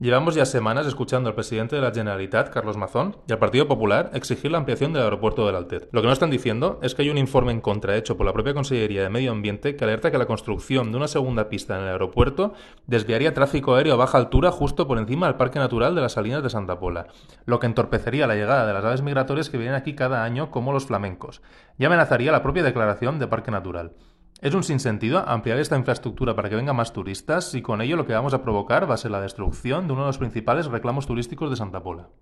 Llevamos ya semanas escuchando al presidente de la Generalitat, Carlos Mazón, y al Partido Popular exigir la ampliación del aeropuerto del Altet. Lo que no están diciendo es que hay un informe en contra hecho por la propia Consellería de Medio Ambiente que alerta que la construcción de una segunda pista en el aeropuerto desviaría tráfico aéreo a baja altura justo por encima del Parque Natural de las Salinas de Santa Pola, lo que entorpecería la llegada de las aves migratorias que vienen aquí cada año como los flamencos, y amenazaría la propia declaración de Parque Natural. Es un sinsentido ampliar esta infraestructura para que vengan más turistas y con ello lo que vamos a provocar va a ser la destrucción de uno de los principales reclamos turísticos de Santa Pola.